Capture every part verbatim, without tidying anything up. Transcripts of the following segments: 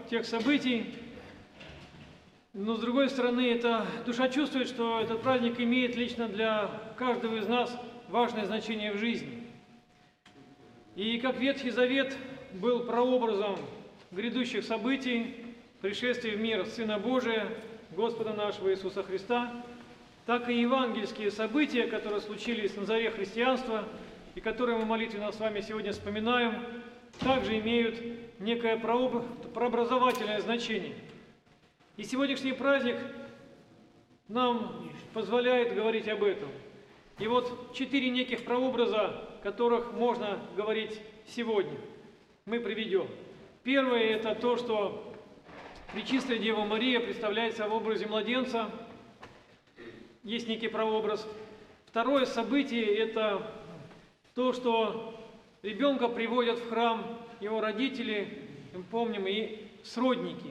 тех событий, но с другой стороны, это, душа чувствует, что этот праздник имеет лично для каждого из нас важное значение в жизни. И как Ветхий Завет был прообразом грядущих событий, пришествия в мир Сына Божия, Господа нашего Иисуса Христа, так и евангельские события, которые случились на заре христианства и которые мы молитвенно с вами сегодня вспоминаем, также имеют некое прообразовательное значение. И сегодняшний праздник нам позволяет говорить об этом. И вот четыре неких прообраза, о которых можно говорить сегодня, мы приведем. Первое – это то, что Пречистая Дева Мария представляется в образе младенца. Есть некий прообраз. Второе событие – это то, что ребенка приводят в храм его родители, мы помним, и сродники.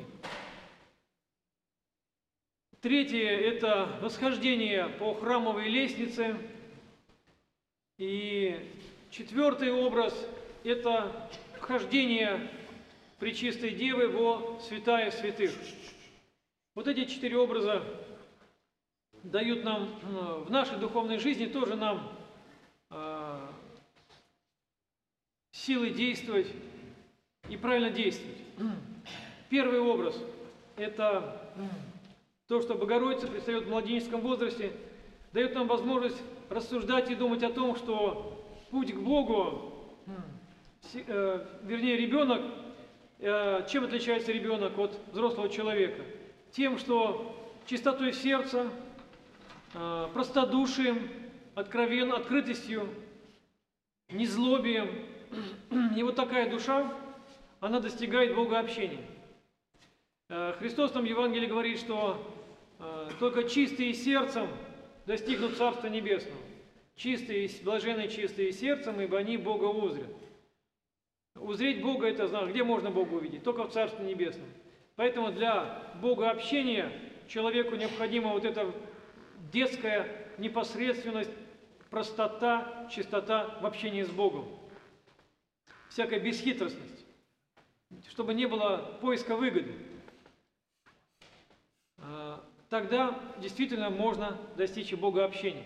Третье – это восхождение по храмовой лестнице. И четвертый образ – это вхождение Пречистой Девы во святая святых. Вот эти четыре образа дают нам в нашей духовной жизни тоже нам э, силы действовать и правильно действовать. Первый образ – это то, что Богородица предстает в младенческом возрасте, дает нам возможность рассуждать и думать о том, что путь к Богу, э, вернее ребенок, э, чем отличается ребенок от взрослого человека? Тем, что чистотой сердца, э, простодушием, откровенно, открытостью, незлобием. И вот такая душа, она достигает богообщения. Э, Христос нам в Евангелии говорит, что э, только чистые сердцем достигнут Царства Небесного. Чистые, блаженные чистые сердцем, ибо они Бога узрят. Узреть Бога – это знак, где можно Бога увидеть? Только в Царстве Небесном. Поэтому для богообщения человеку необходима вот эта детская непосредственность, простота, чистота в общении с Богом. Всякая бесхитростность, чтобы не было поиска выгоды. Тогда действительно можно достичь и богообщения.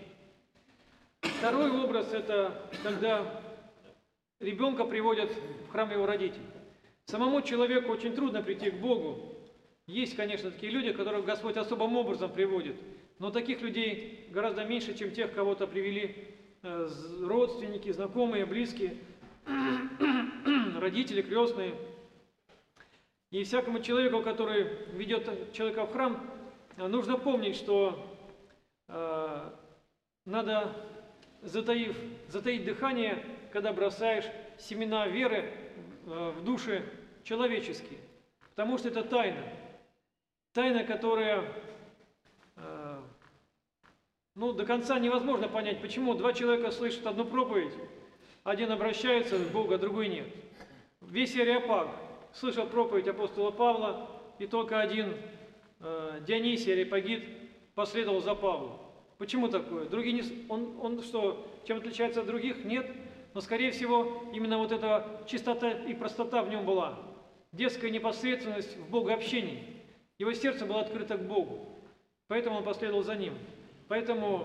Второй образ – это когда ребенка приводят в храм его родителей. Самому человеку очень трудно прийти к Богу. Есть, конечно, такие люди, которых Господь особым образом приводит, но таких людей гораздо меньше, чем тех, кого-то привели родственники, знакомые, близкие, родители, крестные. И всякому человеку, который ведет человека в храм, нужно помнить, что э, надо, затаив, затаить дыхание, когда бросаешь семена веры э, в души человеческие. Потому что это тайна. Тайна, которая э, ну, до конца невозможно понять, почему два человека слышат одну проповедь, один обращается к Богу, а другой нет. Весь Ареопаг слышал проповедь апостола Павла, и только один Дионисий Ареопагит последовал за Павлом. Почему такое? Другие не... он, он что, чем отличается от других? Нет. Но, скорее всего, именно вот эта чистота и простота в нем была. Детская непосредственность в богообщении. Его сердце было открыто к Богу. Поэтому он последовал за ним. Поэтому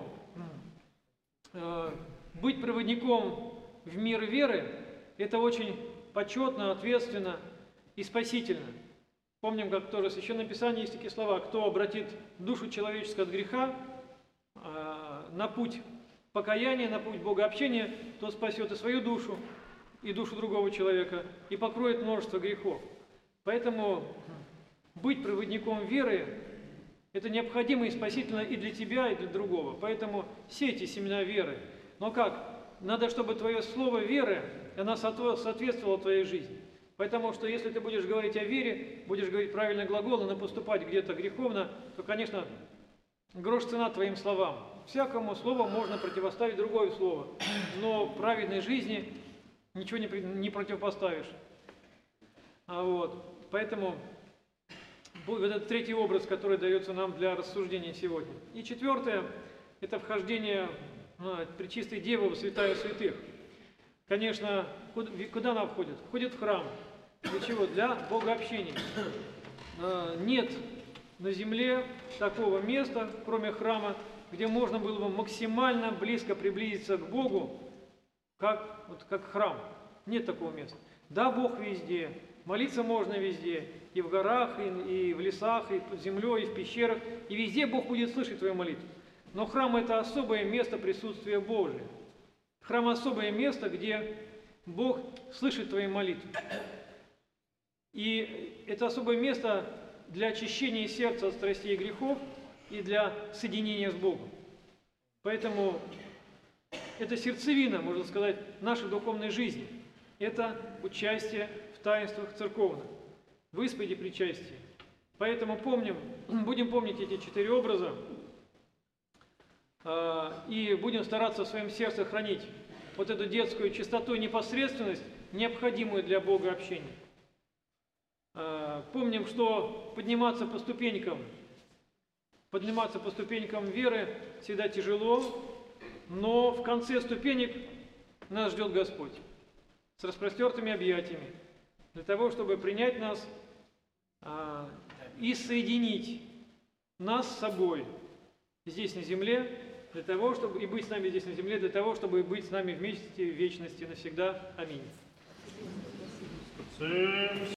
э, быть проводником в мир веры – это очень почетно, ответственно и спасительно. Помним, как тоже в Священном Писании есть такие слова: кто обратит душу человеческую от греха э, на путь покаяния, на путь богообщения, тот спасет и свою душу, и душу другого человека, и покроет множество грехов. Поэтому быть проводником веры – это необходимо и спасительно и для тебя, и для другого. Поэтому сейте семена веры. Но как? Надо, чтобы твое слово веры, она соответствовала твоей жизни. Потому что если ты будешь говорить о вере, будешь говорить правильные глаголы, но поступать где-то греховно, то, конечно, грош цена твоим словам. Всякому слову можно противоставить другое слово, но праведной жизни ничего не, не противопоставишь. А вот, поэтому вот этот третий образ, который дается нам для рассуждения сегодня. И четвертое – это вхождение а, Пречистой Девы во святая святых. Конечно, куда, куда она входит? Входит в храм. Для чего? Для богообщения. Нет на земле такого места, кроме храма, где можно было бы максимально близко приблизиться к Богу, как, вот, как храм. Нет такого места. Да, Бог везде, молиться можно везде, и в горах, и, и в лесах, и под землей, и в пещерах, и везде Бог будет слышать твою молитву. Но храм – это особое место присутствия Божия. Храм – особое место, где Бог слышит твои молитвы. И это особое место для очищения сердца от страстей и грехов и для соединения с Богом. Поэтому это сердцевина, можно сказать, нашей духовной жизни. Это участие в таинствах церковных, в исповеди причастия. Поэтому помним, будем помнить эти четыре образа э, и будем стараться в своем сердце хранить вот эту детскую чистоту и непосредственность, необходимую для Бога общения. Э, помним, что подниматься по ступенькам, подниматься по ступенькам веры всегда тяжело, но в конце ступенек нас ждет Господь с распростертыми объятиями, для того, чтобы принять нас а, и соединить нас с собой здесь на земле, для того, чтобы и быть с нами здесь на земле, для того, чтобы быть с нами вместе в вечности навсегда. Аминь.